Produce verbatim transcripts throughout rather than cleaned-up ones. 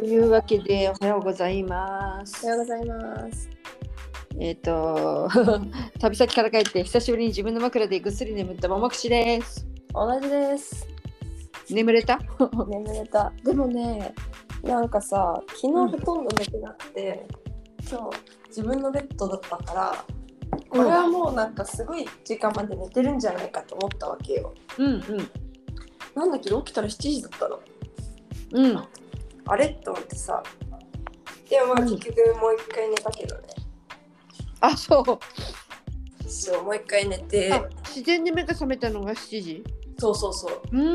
いうわけで、おはようございまおす。 はようございます。 えっ、と、旅先から帰って久しぶりに自分の枕でぐっすり眠ったももくしです。 同じです。 眠れた眠れた。でもね、なんかさ、昨日ほとんど寝てなくて、うん、今日自分のベッドだったから、これはもうなんかすごい時間まで寝てるんじゃないかと思ったわけよ。 うんうん。 なんだけど起きたらしちじだったの。 うん。 あれって思ってさ。でもまあ結局もう一回寝たけどね。 あ、そう。 そう、もう一回寝て。 自然に目が覚めたのがしちじ。 そうそうそう。 うん。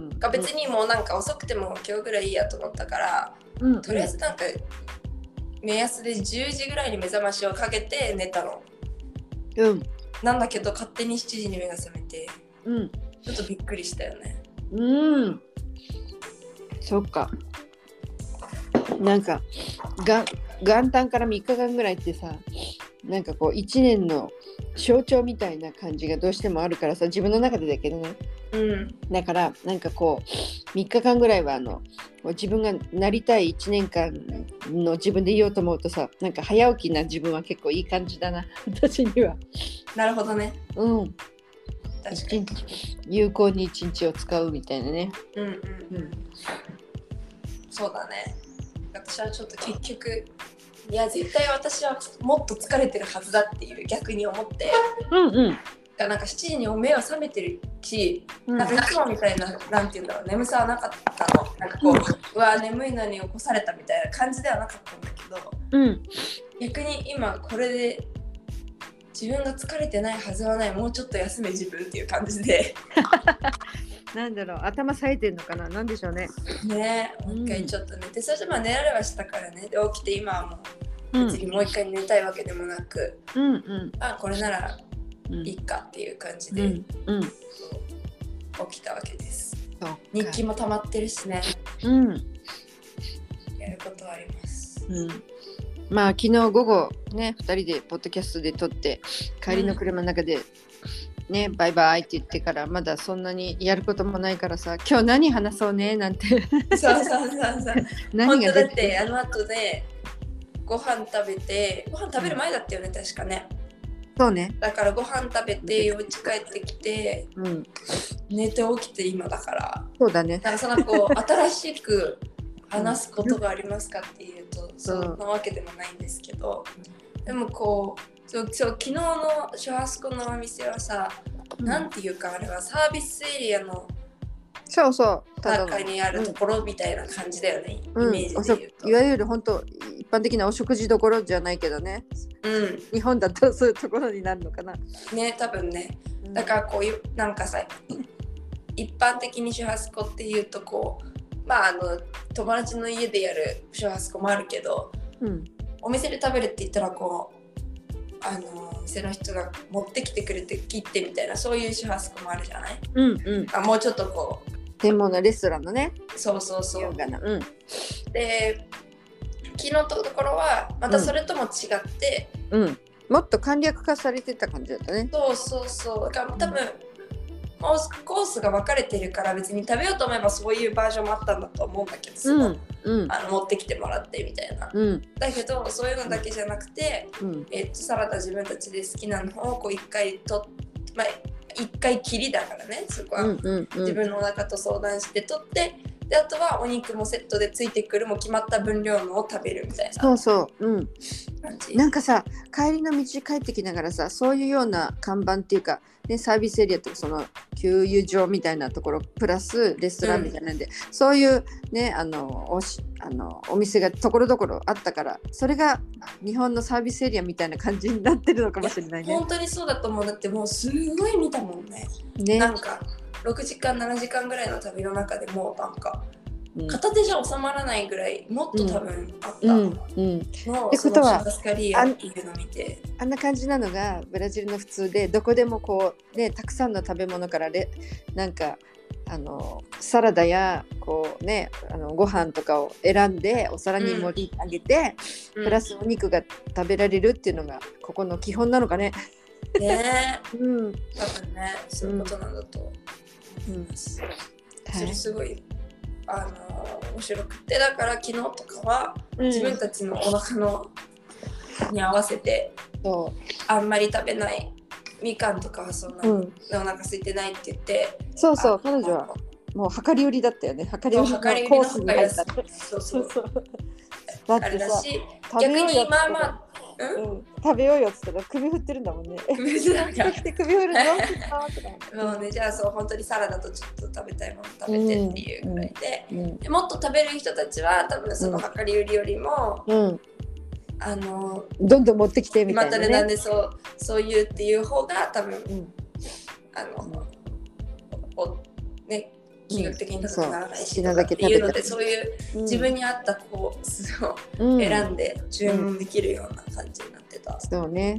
別にもうなんか遅くても今日ぐらいいいやと思ったから、うん、とりあえずなんか目安でじゅうじぐらいに目覚ましをかけて寝たの。うん。なんだけど勝手にしちじに目が覚めて、うん、ちょっとびっくりしたよね。 うん。そっか。なんかが元旦からみっかかんぐらいってさ、なんかこういちねんの象徴みたいな感じがどうしてもあるからさ、自分の中でだけどね、うん、だからなんかこうみっかかんぐらいはあの自分がなりたいいちねんかんの自分でいようと思うとさ、なんか早起きな自分は結構いい感じだな、私には。 なるほどね。 うん、確かに有効にいちにちを使うみたいなね。 うんうんうん、そうだね。私はちょっと結局いや絶対私はもっと疲れてるはずだっていう逆に思って、うんうん、なんかしちじに目は覚めてるし、うん、なんかいつもみたいななんていうんだろう、眠さはなかったの。なんかこう、うん、うわ眠いのに起こされたみたいな感じではなかったんだけど、うん、逆に今これで自分が疲れてないはずはない、もうちょっと休め自分っていう感じでなんだろう、頭冴えてんのかな、なんでしょうね。 ねえ、もう一回ちょっと寝て、うん、そしてまあ寝られはしたからね。で起きて今はもう別にもう一回寝たいわけでもなく、うんうん、あこれならいいかっていう感じで、うんうん、起きたわけです。日記も溜まってるしね、うん、やることはあります。 うん、まあ昨日午後ねふたりでポッドキャストで撮って帰りの車の中で、うんね、バイバイって言ってからまだそんなにやることもないからさ、今日何話そうねなんてそうそうそうそう何が出て本当だってあの後でご飯食べて、ご飯食べる前だったよね、うん、確かね。 そうね。 だからご飯食べてお家帰ってきて、うん、寝て起きて今だから。 そうだね。 だからそのこう新しく話すことがありますかっていうと、うん、そんなわけでもないんですけど、うん、でもこうそうそう昨日のシュハスコのお店はさ、うん、なんていうかあれはサービスエリアのそうそう中にあるところみたいな感じだよね、うん、イメージで言うと、 いわゆる本当一般的なお食事どころじゃないけどね、うん、日本だとそういうところになるのかなね、多分ね、うん、だからこういうなんかさ一般的にシュハスコっていうとこうまああの友達の家でやるシュハスコもあるけど、うん、お店で食べるって言ったらこうあの店の人が持ってきてくれて切ってみたいな、そういうシュハスコもあるじゃない、うんうん、あもうちょっとこう専門のレストランのね、 そうそうそう、うん、で昨日のところはまたそれとも違って、 うんうん、もっと簡略化されてた感じだったね。 そうそうそう、だから多分、うんコースが分かれてるから別に食べようと思えばそういうバージョンもあったんだと思うんだけど、うんうん、あの持ってきてもらってみたいな、うん、だけどそういうのだけじゃなくて、うんえー、とサラダ自分たちで好きなのをこう一回とまあ一回きりだからね、そこは、うんうんうん、自分のお腹と相談して取って、であとはお肉もセットでついてくるも決まった分量のを食べるみたいな。 そうそう、うん、なんかさ帰りの道帰ってきながらさ、そういうような看板っていうか、ね、サービスエリアとかその給油場みたいなところプラスレストランみたいなんで、うん、そういうねあの お, しあのお店がところどころあったから、それが日本のサービスエリアみたいな感じになってるのかもしれないね。 本当にそうだと思う。だってもうすごい見たもん ね, ねなんかろくじかんななじかんぐらいの旅の中でもうなんか、うん、片手じゃ収まらないぐらいもっと多分あったの、うんうん、ってことはスカリアっていうのを見てあ, あんな感じなのがブラジルの普通で、どこでもこう、ね、たくさんの食べ物からレなんかあのサラダやこう、ね、あのご飯とかを選んでお皿に盛り上げて、うん、プラスお肉が食べられるっていうのがここの基本なのかね。 ねえ、うん、多分ねそういうことなんだと思います、うん、それすごいあの面白くて、だから昨日とかは自分たちのお腹のに合わせて、 そうあんまり食べないみかんとかはそんなにお腹空いてないって言って、 うん、そうそう、彼女はもう量り売りだったよね。量り売りのコースに入った。 そうそうそう。 だってさ、 逆にまあまあ、 うんうん、食べようよっつったら首振ってるんだもんね。首振って首振るの。 もうね、じゃあそう本当にサラダとちょっと食べたいもの食べてっていうぐらいで、うんうん、でもっと食べる人たちは多分その量り売りよりも、うん、あのどんどん持ってきてみたいな、ね、 またね、なんでそうそういうっていう方が多分、うん、あのおね。金額的に高くならないしとかっていうので、そういう自分に合ったコースを選んで注文できるような感じになってた。 そうね。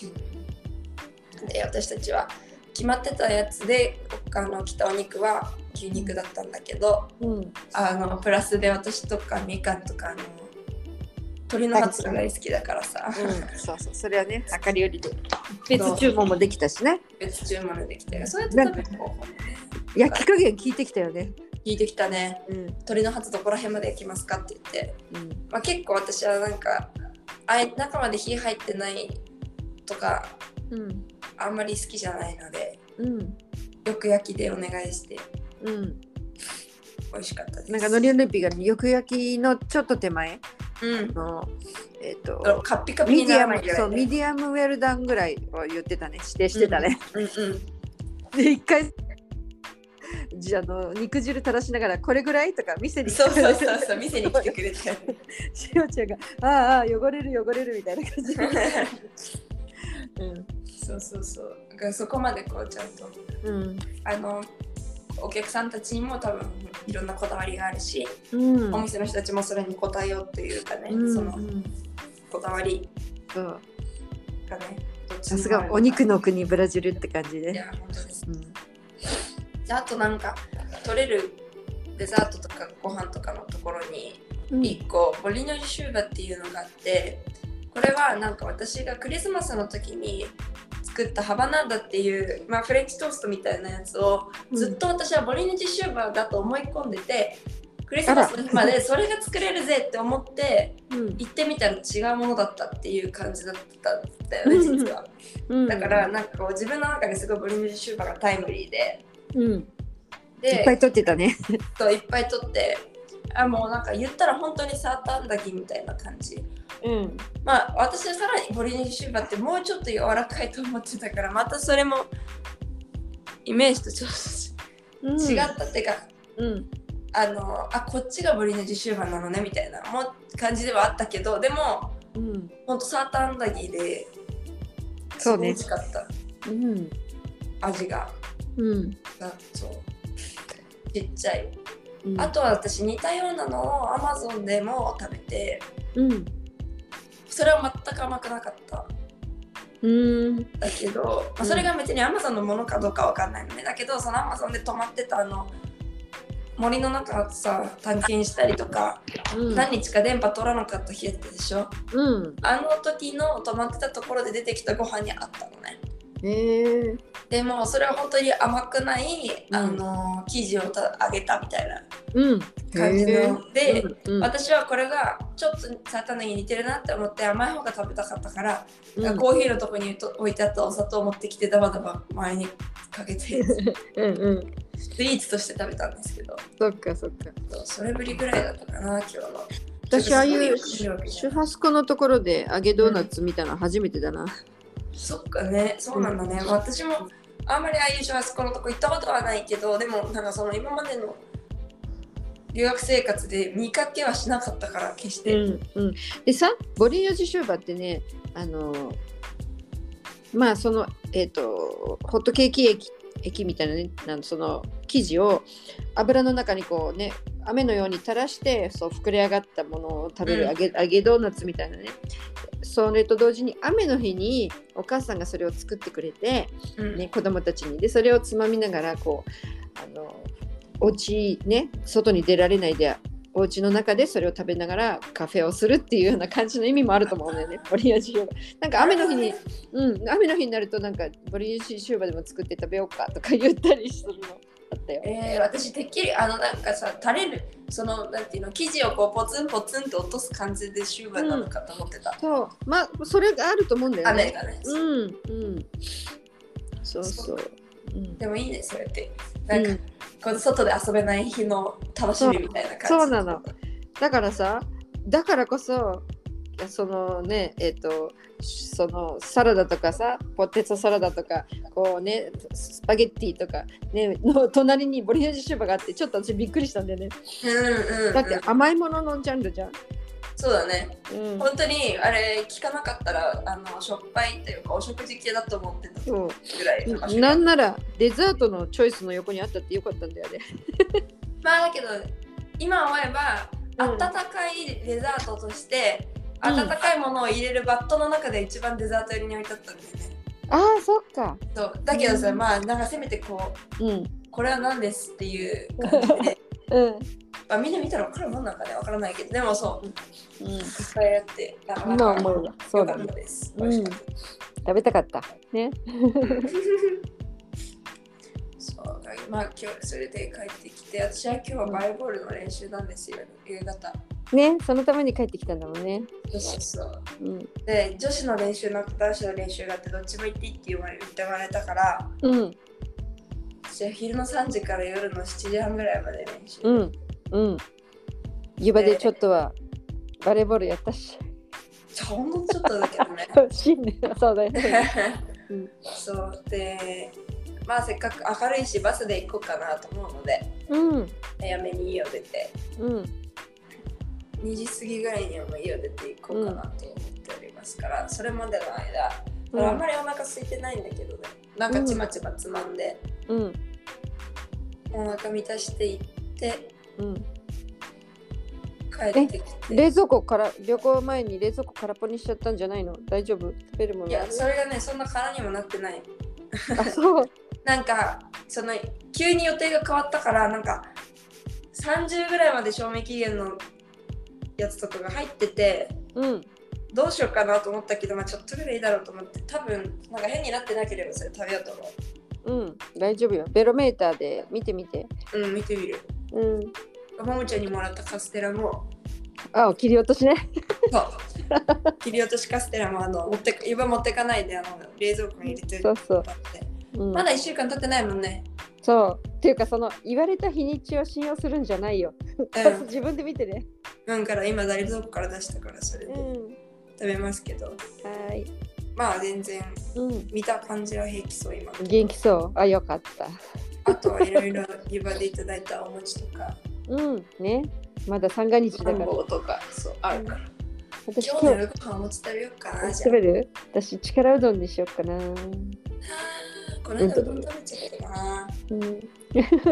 で、私たちは決まってたやつで、あの来たお肉は牛肉だったんだけど、うん、あのプラスで私とかみかんとかあの鶏のハツが大好きだからさ、 うん、そうそう、それはね、量り売りで別注文もできたしね。 別注文もできたよ。そうやって食べる方法もね。 焼き加減聞いてきたよね。 聞いてきたね、うん、鶏のハツどこら辺まで焼きますかって言って、うん、まあ、結構私はなんかあい中まで火入ってないとか、うん、あんまり好きじゃないので、うん、よく焼きでお願いして、うん、美味しかったです。 なんか海苔のレピがよく焼きのちょっと手前、うん、のえー、とカッピカピにならないぐらい、ね、 そうミディアムウェルダンぐらいを言ってたね、指定してたね、うんうんうん、で一回じゃあの肉汁垂らしながらこれぐらいとか店に来てそうそうそうそう店に来てくれてしおちゃんがああ汚れる汚れるみたいな感じで、 うん、そうそうそうだからそこまでこうちゃんと、うん、あのお客さんたちにも多分いろんなこだわりがあるし、うん、お店の人たちもそれに応えようっていうかね、うん、そのこだわりがね、 さすがお肉の国ブラジルって感じで、 いや本当です、うん、であとなんか取れるデザートとかご飯とかのところにいっこ、うん、ボリノジシューバっていうのがあって、これはなんか私がクリスマスの時に作ったハバナーダっていう、まあ、フレンチトーストみたいなやつをずっと私はボリノジシューバだと思い込んでて、うん、クリスマスの日までそれが作れるぜって思って行ってみたら違うものだったっていう感じだったんだよね実は、うん、だからなんかこう自分の中ですごいボリノジシューバがタイムリーで、うん、 でいっぱい取ってたねそういっぱい取って、あもうなんか言ったら本当にサーターアンダギーみたいな感じ、うん、まあ私はさらにボリノジシューバってもうちょっと柔らかいと思ってたから、またそれもイメージとちょっと違ったっていうか、うん、あのあこっちがボリノジシューバなのねみたいなもう感じではあったけど、でも、うん、ほんとサーターアンダギーですごい美味しかった、うん、味が、うん、そうちっちゃい、うん、あとは私似たようなのを Amazon でも食べて、うん、それは全く甘くなかった。うーんだけど、まあ、それが別に Amazon のものかどうかわかんないのね。だけどその Amazon で泊まってたあの森の中さ探検したりとか、うん、何日か電波取らなかった日やったでしょ、うん、あの時の泊まってたところで出てきたご飯にあったのね。へー。でもそれは本当に甘くない、うん、あの生地をた揚げたみたいな感じので、うんうん、私はこれがちょっとサーターアンダギーに似てるなって思って甘い方が食べたかったから、うん、コーヒーのとこに置いてあったお砂糖を持ってきてダバダバ前にかけてうん、うん、スイーツとして食べたんですけど、 そっかそっか、 それぶりぐらいだったかな今日の。 私ああいうシュハスコのところで揚げドーナツ見たの初めてだな、うん、 そっかね、そうなんだね、うん、私もあんまりああいうシュハスコのとこ行ったことはないけど、でもなんかその今までの留学生活で見かけはしなかったから決して、うんうん、でさボリノジシューバってね、あのまあそのえっ、ー、とホットケーキ液液みたいなね、なんその生地を油の中にこうね雨のように垂らしてそう膨れ上がったものを食べる揚げ、うん、揚げドーナツみたいなね。それと同時に雨の日にお母さんがそれを作ってくれて、うんね、子供たちにでそれをつまみながらこうあのお家ね外に出られないでお家の中でそれを食べながらカフェをするっていうような感じの意味もあると思うんだよねボリノジシューバ。なんか雨の日に、うん、雨の日になるとなんかボリノジシューバでも作って食べようかとか言ったりするの。 たよ。 えー、私てっきりあのなんかさ垂れるそのなんていうの生地をこうポツンポツンと落とす感じでシューバなのかと思ってた、うん、 そうまあそれがあると思うんだよね。 雨がねうんうんそうそう、うん、 でもいいねそれってなんか、うん、この外で遊べない日の楽しみみたいな感じ。 そうなの。だからさだからこそそのねえっ、ー、とそのサラダとかさポテトサラダとかこうねスパゲッティとかねの隣にボリネーゼシューバがあってちょっと私びっくりしたんだよね、 うんうんうん、 だって甘いもののジャンルじゃん。 そうだね、うん、本当にあれ聞かなかったらあのしょっぱいっていうかお食事系だと思ってたぐらい。 なんならデザートのチョイスの横にあったってよかったんだよねまあだけど今思えば、うん、温かいデザートとして温かいものを入れるバットの中で一番デザート寄りに置いてあったんだよね。 ああそっか。 そうだけどさ、うん、まあなんかせめてこう、うん、これは何ですっていう感じで、うんまあ、みんな見たら分かるもんなんかね分からないけどでもそう、うん、いっぱいあってなかなか良かったです。 うん、食べたかったねそうまあ今日それで帰ってきて私は今日はバレーボールの練習なんですよ夕方ね、そのために帰ってきたんだもんね。 そうそうそう、うん、で女子の練習の男子の練習があってどっちも行っていいって言われ言ってもらえたから、うん、じゃあ昼のさんじから夜のしちじはんぐらいまで練習。うんうん。 湯葉でちょっとはバレーボールやったし。 ほんのちょっとだけどね。 新年そうだよね。 うん、そうでまあせっかく明るいしバスで行こうかなと思うので、うん、早めに家を出て。うんにじ過ぎぐらいにはもう家を出ていこうかなと思っておりますから、うん、それまでの間、うん、あんまりお腹空いてないんだけどねなんかちまちまつまんで、うん、お腹満たしていって、うん、帰ってきて冷蔵庫から旅行前に冷蔵庫空っぽにしちゃったんじゃないの？大丈夫？食べるもの？ いやそれがねそんな空にもなってないあそうなんかその急に予定が変わったからなんかさんじゅうぐらいまで賞味期限のやつとかが入ってて、うん、どうしようかなと思ったけど、まあ、ちょっとぐらいいいだろうと思って多分なんか変になってなければそれ食べようと思う。うん大丈夫よ。ベロメーターで見てみて。 うん見てみる。うんももちゃんにもらったカステラもあ切り落としねそう切り落としカステラもあの持って湯葉持ってかないであの冷蔵庫に入れてそうそう、 うん、まだいっしゅうかん経ってないもんね。 そうっていうかその言われた日にちを信用するんじゃないよ、うん、自分で見てね。 うんから今冷蔵庫から出したからそれで食べますけど、うん、はいまあ全然、うん、見た感じは平気そう今元気そうあよかった。 あとはいろいろ湯葉でいただいたお餅とかうんねまだ三が日だからマンゴーとかそうあるから、うん、私今日の夜ご飯お餅食べようかな。 食べる？私力うどんにしようかな。 この間うどん食べちゃったな、うん、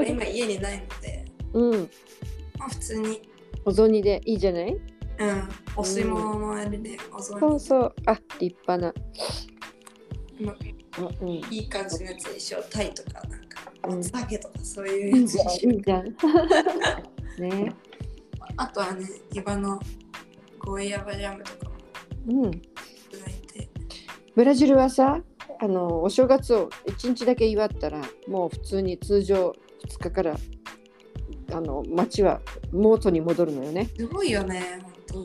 今家にないので、うん、まあ普通にお雑煮でいいじゃない？うんお吸い物のあれでお雑煮、 そうそうあ立派な、 まあうん、いい感じのやつでしょ。タイとかなんかおつ揚げとかそういうやつでしょ。いいじゃんねあとはね湯葉のゴーヤバジャムとかもいただいて、うん、 ブラジルはさあのお正月をいちにちだけ祝ったらもう普通に通常ふつかからあの街は元に戻るのよね。 すごいよね本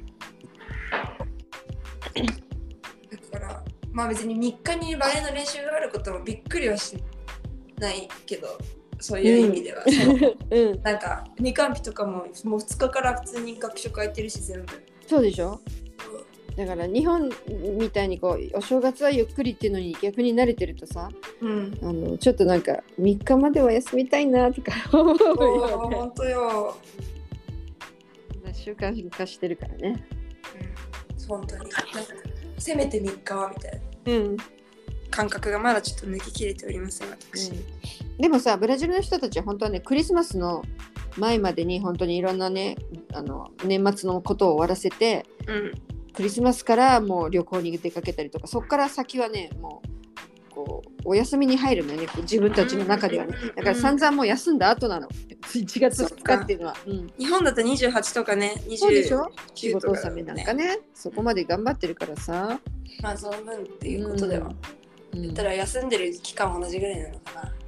当。だからまあ別にみっかにバレエの練習があることもびっくりはしないけどそういう意味では、うんうん、なんかにかんぴとかももうふつかから普通に学食空いてるし全部そうでしょ。だから日本みたいにこうお正月はゆっくりっていうのに逆に慣れてるとさ、うん、あのちょっとなんかみっかまでは休みたいなとか思うよね。 本当よ。 習慣化してるからね。 うん、本当になんかせめてみっかはみたいな、うん、感覚がまだちょっと抜ききれておりません私、うん、 でもさブラジルの人たちは本当はねクリスマスの前までに本当にいろんなねあの年末のことを終わらせて、うんクリスマスからもう旅行に出かけたりとかそこから先はねもうこうお休みに入るのよね自分たちの中ではね。だから散々もう休んだ後なのいちがつふつかっていうのは、うん、 日本だとにじゅうはちとかねにじゅうきゅうとか、ね、 そうでしょ仕事納めなんかねそこまで頑張ってるからさまあその分っていうことでは、うん、言ったら休んでる期間同じぐらいなのかな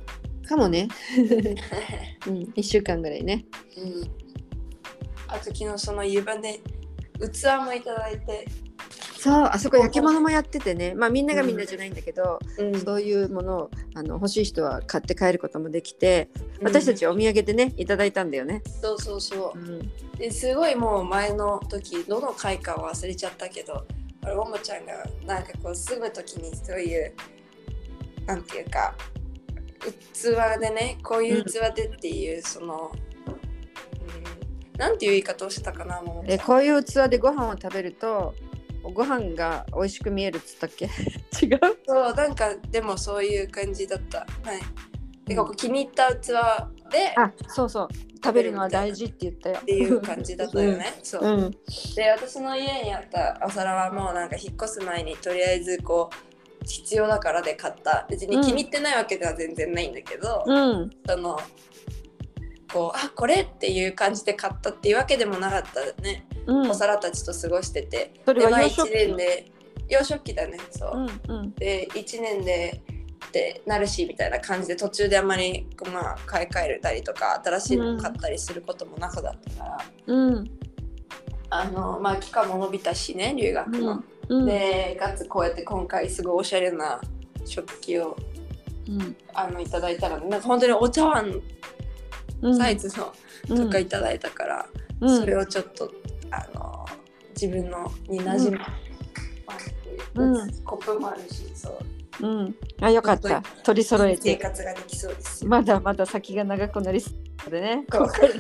かもね、うん、いっしゅうかんぐらいね、 うん、あと昨日その湯葉で器もいただいて、 そうあそこ焼き物もやっててね、まあみんながみんなじゃないんだけど、うん、そういうものをあの欲しい人は買って帰ることもできて、私たちお土産でねいただいたんだよね。 そうそうそう、うん、ですごいもう前の時どの回か忘れちゃったけど、ももちゃんがなんかこう住む時にそういうなんていうか器でね、こういう器でっていう、うん、その、うん、なんていう言い方をしたかな、ももちゃん。 えこういう器でご飯を食べるとご飯が美味しく見えるっつったっけ違う？ そうなんかでもそういう感じだった。はい。で、ここ気に入った器で、 あ、そうそう、食べるのは大事って言ったよっていう感じだったよね。うん、そう、うん。で、私の家にあったお皿はもうなんか引っ越す前にとりあえずこう必要だからで買った。別に気に入ってないわけでは全然ないんだけど、うん、そのこうあこれっていう感じで買ったっていうわけでもなかったね。うん、お皿たちと過ごしてて、 それは幼少期？ いちねんで幼少期だね。そう、うんうん、でいちねんでってなるしみたいな感じで途中であんまり、まあ、買い替えたりとか新しいの買ったりすることもなくだったから、うん、あのまあ期間も伸びたしね、留学の、うん、でかつこうやって今回すごいおしゃれな食器を、うん、あのいただいたので、なんか本当にお茶碗サイズの、うん、とかいただいたから、うん、それをちょっとあの自分のに馴染む、うん、コップもあるし、そううん、あよかった、取り揃えて生活ができそうです。 まだまだ先が長くなりそうでね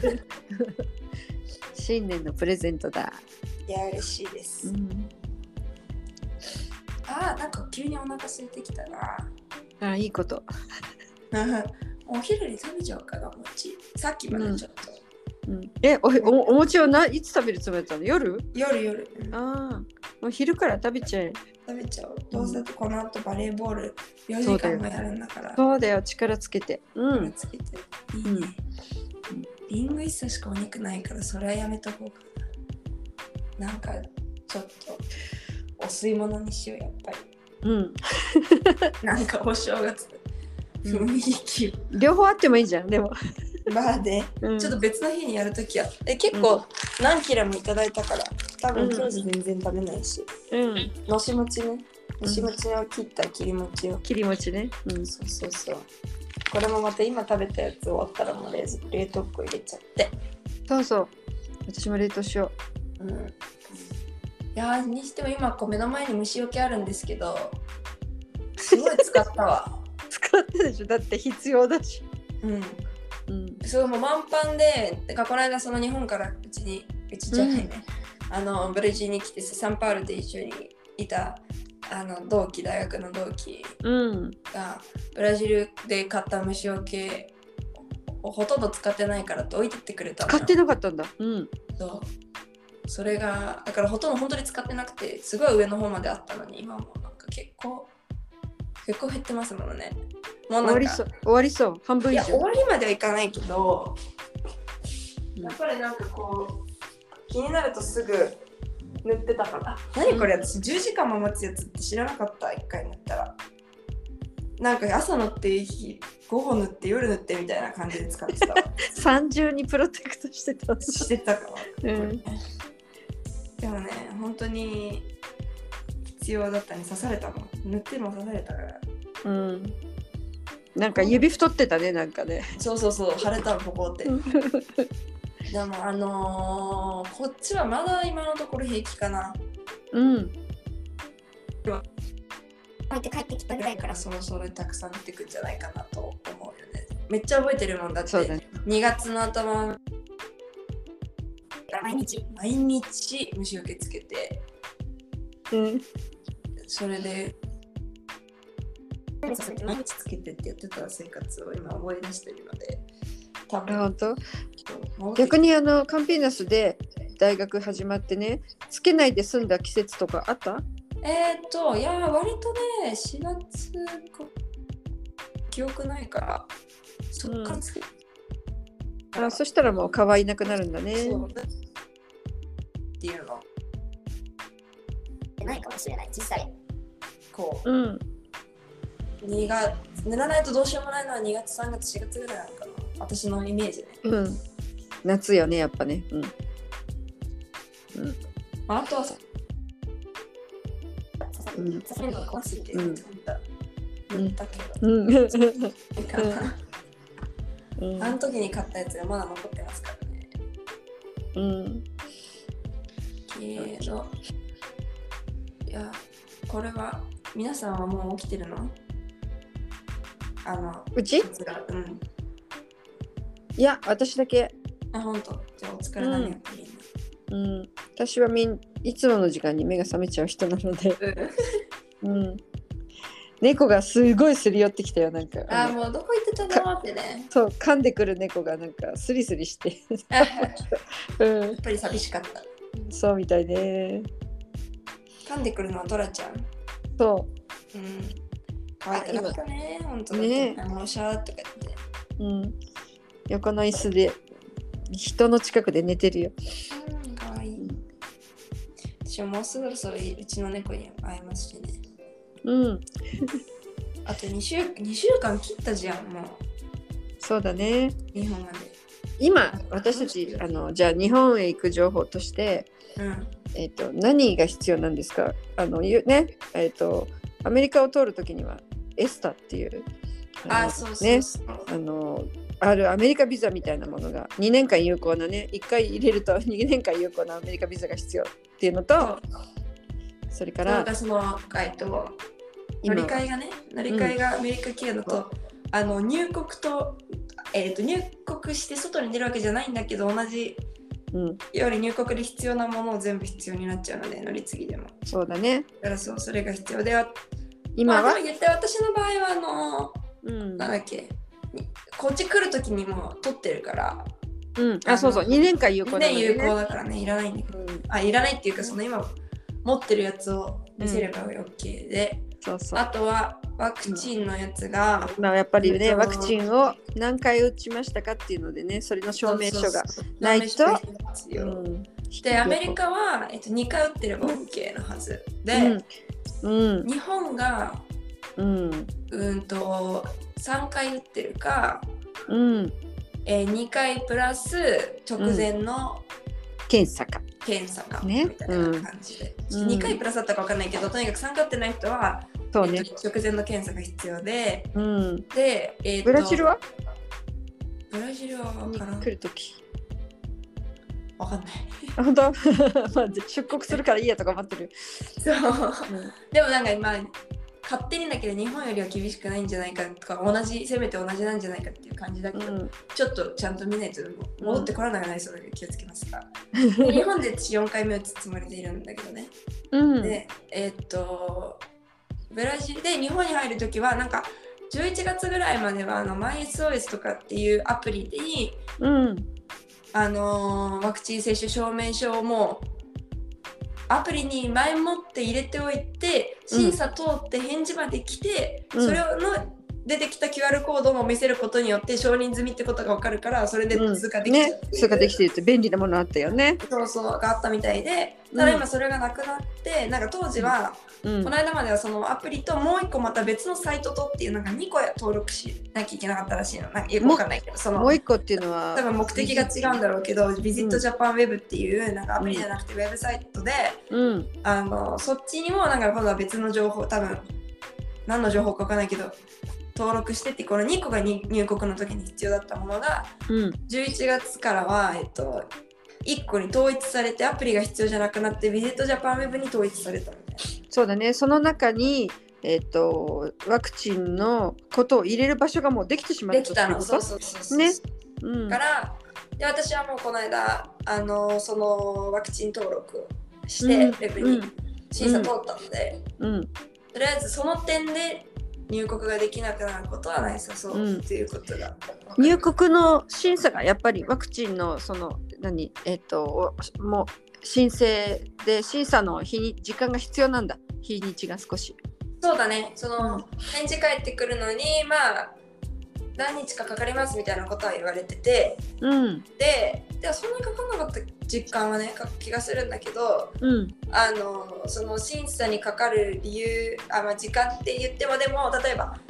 新年のプレゼントだ。 いや嬉しいです、うん、あなんか急にお腹空いてきたなあいいことお昼に食べちゃおうかな、お餅さっきまでちょっと、 うんうん、え お, お, お餅はないつ食べるつもりだったの？夜？ 夜夜、 うん、あもう昼から食べちゃえ。 食べちゃう。どうせこの後バレーボールよじかんもやるんだから。 そうだよ、力つけて。うん。 力つけて。いいね。うん、リングイッサしかお肉ないからそれはやめとこうかな。なんかちょっとお吸い物にしようやっぱり。うん。なんかお正月雰囲気、 うん。両方あってもいいじゃん、でも。 まあね、うん、ちょっと別の日にやるときはえ結構何切れもいただいたから、多分当時全然食べないし、うん、のし餅ね、のし餅を切った切り餅を、 切り餅ね、 うん、そうそうそう、これもまた今食べたやつ終わったらもう冷冷凍庫入れちゃって、 そうそう、私も冷凍しよう、うん、 いやにしても今こう目の前に虫除けあるんですけどすごい使ったわ使ったでしょ、だって必要だし、 うんうん、そうもう満帆で、この間その日本からうちにうちじゃないね、うん、あのブラジルに来てサンパウロで一緒にいたあの同期大学の同期がブラジルで買った虫除けをほとんど使ってないからって置いてってくれたの。 使ってなかったんだ。うん。 そうそれがだからほとんど本当に使ってなくてすごい上の方まであったのに今もなんか結構結構減ってますものね。 もうなんか終わりそう終わりそう半分以上。いや終わりまではいかないけど、うん、やっぱりなんかこう気になるとすぐ塗ってたから。何これ、私じゅうじかんも待つやつって知らなかった。いっかい塗ったらなんか朝塗って午後塗って夜塗ってみたいな感じで使ってた三重にプロテクトしてたしてたかな、うん、でもね本当に必要だったに刺されたもん。塗っても刺されたから、 うんなんか指太ってたね、なんかね。 そうそうそう、腫れたのここってでもあのー、こっちはまだ今のところ平気かな。うん置いて帰ってきたぐらいからそろそろたくさん出てくるんじゃないかなと思うよね。めっちゃ覚えてるもんだって。そうだね、にがつの頭毎日毎日虫除けつけて、うん、それで毎日つけてってやってた生活を今思い出してるので、多分本当逆にあのカンピーナスで大学始まってね、つけないで済んだ季節とかあった？ えー、っといや割とねしがつ記憶ないからそっからつけ、 うん、あそしたらもう可愛いなくなるんだね。 そうっていうのないかもしれない。実際こう、うん、にが塗らないとどうしようもないのはにがつさんがつしがつぐらいなのかな、私のイメージね。 うん夏よねやっぱね。うん、うんまあ、あとはさ、 うん、 さすがに壊すって言ったうんだけど、 うんなんかうん、 あの時に買ったやつがまだ残ってますからね。 うん、 けど、いや、これは皆さんはもう起きてるの？あの、 うち？ うん。 いや、私だけ。 あ、ほんと。じゃあお疲れだね、 うん、うん。私はみんいつもの時間に目が覚めちゃう人なので。うん。猫がすごいすり寄ってきたよ、なんか。 あ、もうどこ行ってたのってね。 そう、噛んでくる猫がなんかスリスリして。 うん、やっぱり寂しかった。 そうみたいね。 噛んでくるのはトラちゃん。 そう。 うん。可愛かったね、ほんとね。 あのシャーとか言って。 うん。横の椅子で人の近くで寝てるよ。 うん、かわいい。私ももうそろそろうちの猫に会えますしね。 うん。 あとに週、にしゅうかん切ったじゃん、もう。 そうだね。 日本まで。 今、私たち、あの、じゃあ日本へ行く情報として、 うん、 えっと、何が必要なんですか？あの、ね、えっと、アメリカを通るときには、エスタっていう、 ああ、そうそうそう。 ね、あの、あるアメリカビザみたいなものがにねんかん有効なね、いっかい入れるとにねんかん有効なアメリカビザが必要っていうのと、それから、 私の回と乗り換えがね、乗り換えがアメリカ企業だと、うん、あの入国と、えーと、入国して外に出るわけじゃないんだけど、同じより入国で必要なものを全部必要になっちゃうので、乗り継ぎでも。 そうだね。 だからそう、それが必要で、 今は、 まあ、でも言って私の場合はあの、うん、なんだっけ、こっち来るときにも取ってるから、 うん、あ、そうそう、にねんかん有効だ、ね、にねん有効だからね、いらないんだけど、うん、あ、いらないっていうか、その今持ってるやつを見せれば OK で、うん、そうそう、あとはワクチンのやつが、 うん、まあ、やっぱりね、ワクチンを何回打ちましたかっていうのでね、それの証明書がないと、 で、アメリカは、えっと、にかい打ってれば OK のはずで、うんうん、日本が、うん、うんとさんかい打ってるか、うんえー、にかいプラス直前の、 うん、検査か検査か、ね、みたいな感じで、うん、にかいプラスだったか分かんないけど、とにかくさんかい打ってない人は、そうね、えー、直前の検査が必要で、うん、で、えー、 ブラジルはブラジルは分からん。 来るときわかんない。 本当まあ出国するからいいやとか思ってる。 そう、うん、でもなんか今勝手にだけど日本よりは厳しくないんじゃないかとか、同じせめて同じなんじゃないかっていう感じだけど、うん、ちょっとちゃんと見ないと戻ってこらなくなりそうだけど気をつけますが、うん、日本でよんかいめ打つつもりでいるんだけどね、うん、でえー、っとブラジルで日本に入るときはなんかじゅういちがつぐらいまではあの マイエスオーエス とかっていうアプリに、うんあのー、ワクチン接種証明書をもうアプリに前もって入れておいて、審査通って返事まで来て、うん、それの出てきた キューアール コードも見せることによって承認済みってことが分かるから、それで通過できちゃう、うんね、 通過できてるって便利なものあったよね。 そうそうがあったみたいで、ただ今それがなくなって、うん、なんか当時は、うん、この間まではそのアプリともう一個また別のサイトとっていうなんかにこ登録しなきゃいけなかったらしいの。なんかよくわかんないけど、そのもう一個っていうのは多分目的が違うんだろうけど、ビジットジャパンウェブっていうなんかアプリじゃなくてウェブサイトで、うん、あのそっちにもなんか今度は別の情報、多分何の情報かわかんないけど登録してって、このにこが入国の時に必要だったものが、うん、じゅういちがつからは、えっと、いっこに統一されてアプリが必要じゃなくなってビジットジャパンウェブに統一されたみたいな。 そうだね、その中に、えっと、ワクチンのことを入れる場所がもうできてしまった。 できたの、そうそうそうそう、ね、うん、からで私はもうこの間あのそのワクチン登録して、うん、ウェブに審査通ったので、うんうん、とりあえずその点で入国ができなくなることはないさそうっていうことが、 うん、入国の審査がやっぱりワクチンのその何えっともう申請で審査の日に時間が必要なんだ、日にちが少し。 そうだね、その、うん、返事返ってくるのにまあ何日かかかりますみたいなことは言われてて、うん、ででもそんなにかかんなかった実感はね気がするんだけど、うん、あのその審査にかかる理由あ、まあ、時間って言ってもでも例えば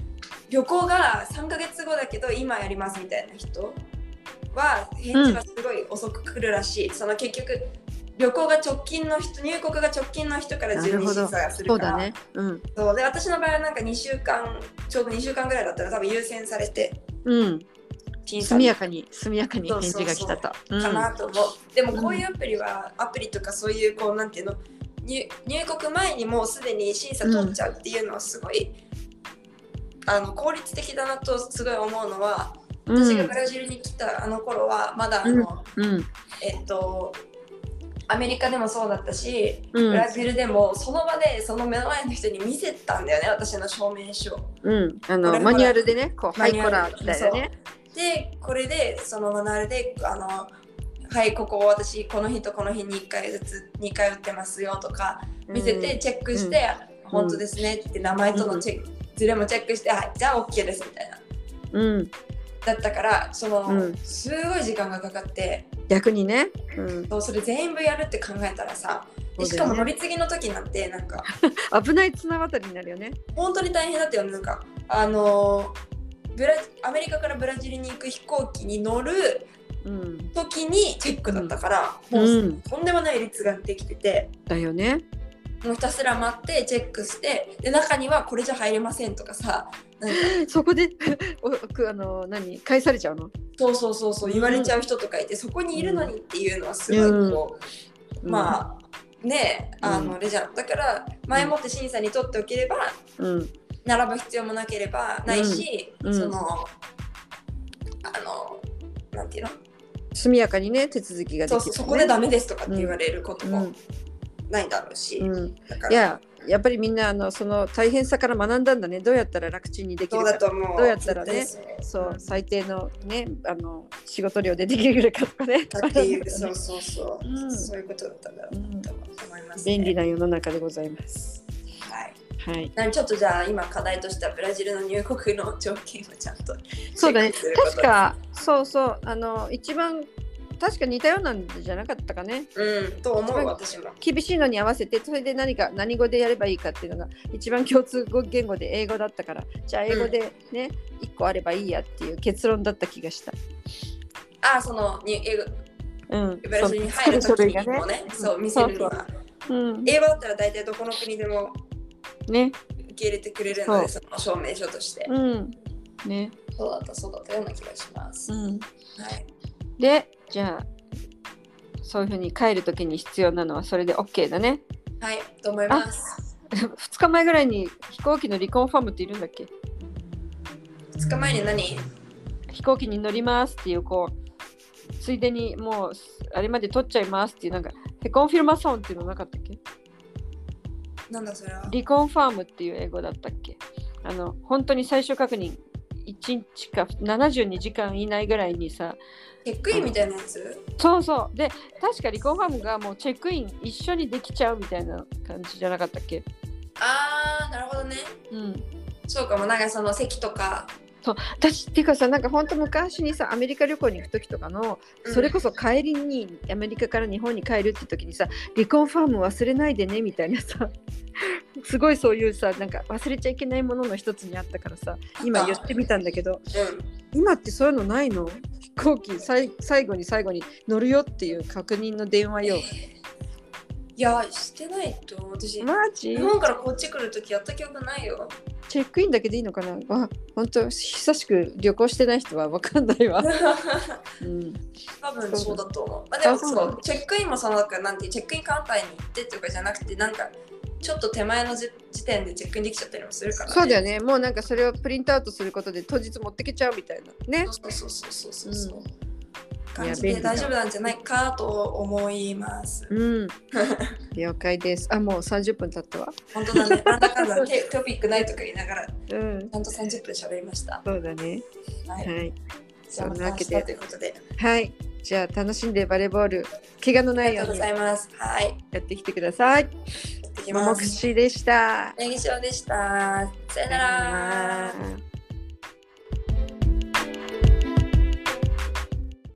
旅行がさんかげつごだけど今やりますみたいな人は返事がすごい遅く来るらしい、うん、その結局旅行が直近の人、入国が直近の人から順に審査がするから、そうだね、うん、そうで私の場合はなんかにしゅうかん、ちょうどにしゅうかんぐらいだったら多分優先されて、 うん、速やかに速やかに返事が来たと、 うん、かなと思う。でもこういうアプリは、うん、アプリとかそういうこうなんていうの、入, 入国前にもうすでに審査取っちゃうっていうのはすごい、うん、あの効率的だなとすごい思うのは、私がブラジルに来たあの頃はまだあの、うんうん、えっとアメリカでもそうだったし、うん、ブラジルでもその場でその目の前の人に見せたんだよね、私の証明書、 うん、あのマニュアルでね、こうハイコラーみたいなね。 でこれでそのマニュアルであのはいここ私この日とこの日にいっかいずつにかい打ってますよとか見せてチェックして、うん、本当ですねって名前とのチェック、ズレもチェックして、はい、じゃあ OK ですみたいな、うん、だったからその、うん、すごい時間がかかって逆にね、 うん、そうそれ全部やるって考えたらさ、でしかも乗り継ぎの時なんてなんか危ない綱渡りになるよね。 本当に大変だったよね。なんかあのブラアメリカからブラジルに行く飛行機に乗る時にチェックだったから、うん、もうとんでもない列ができてて、 だよね。 もうひたすら待ってチェックして、で中にはこれじゃ入れませんとかさ、 なんかそこであの何返されちゃうの？ そうそうそうそう言われちゃう人とかいて、うん、そこにいるのにっていうのはすごいこう、うん、まあねあのあれじゃん。だから前もって審査に取っておければ、うん、並ぶ必要もなければないし、うん、そのあのなんていうの？ 速やかにね手続きができる、ね、 そうそうそこでダメですとかって言われることもないだろうし、 うんうん、だからいややっぱりみんなあのその大変さから学んだんだね。どうやったら楽ちんにできるか、 どう, どうやったらね、そう、うん、最低のねあの仕事量でできるかとかね。 っていうそうそうそう、うん、そういうことだったんだろうと思いますね。 便利な世の中でございます。 はい。はい。ちょっとじゃあ今課題としてはブラジルの入国の条件をちゃんとそうだね。確かそうそうあの一番確か似たようなんじゃなかったかね。 うん、と思う私も。 厳しいのに合わせて、それで何か何語でやればいいかっていうのが一番共通言語で英語だったから、じゃあ英語でね、うん、いっこあればいいやっていう結論だった気がした。 ああ、そのに英語、うん、ブラジルに入るときにもね、そう、見せるには。うん、英語だったら大体どこの国でもね受け入れてくれるので、その証明書として。うんね、そうだったそうだったような気がします。うん、はい。 でじゃあそういうふうに帰るときに必要なのはそれで OK だね。 はいと思います。 ふつかまえぐらいに飛行機の離婚ファームっているんだっけ？ ふつかまえに何？ 飛行機に乗りますっていうこうついでにもうあれまで取っちゃいますっていうなんかヘコンフィルマソンっていうのなかったっけ？ なんだそれは？ 離婚ファームっていう英語だったっけ？あの本当に最終確認いちにちかななじゅうにじかん以内ぐらいにさチェックインみたいなやつ？ そうそうで確か離婚ファームがもうチェックイン一緒にできちゃうみたいな感じじゃなかったっけ？ あーなるほどね。うんそうかも。なんかその席とかそう私っていうかさなんかほんと昔にさアメリカ旅行に行く時とかの、うん、それこそ帰りにアメリカから日本に帰るって時にさ離婚ファーム忘れないでねみたいなさすごいそういうさなんか忘れちゃいけないものの一つにあったからさ今言ってみたんだけど、うん、今ってそういうのないの？飛行機さい最後に最後に乗るよっていう確認の電話よ。えー、 いやしてないと私マジ？ 日本からこっち来る時やった記憶ないよ。 チェックインだけでいいのかな。あ本当久しく旅行してない人は分かんないわ、 うん、多分そうだと思う。まあ、でもそうチェックインもそのなんかなんてチェックインカウンターに行ってとかじゃなくてなんかちょっと手前の時点でチェックインできちゃったりもするからね。 そうだよね。もうなんかそれをプリントアウトすることで当日持ってけちゃうみたいなね。 そうそうそうそうそうそう、うん、感じで大丈夫なんじゃないかと思います。うん了解です。あもうさんじゅっぷん経ったわ。 本当だね。なんだかんだトピックないとか言いながら、うん、ちゃんとさんじゅっぷん喋りました。 そうだね。はい。はい、 そんなわけでということで。 はい。じゃあ楽しんでバレーボール怪我のないようにありがとうございます。はい。 やってきてください。ももくしでした。 ねぎしょうでした。さよなら。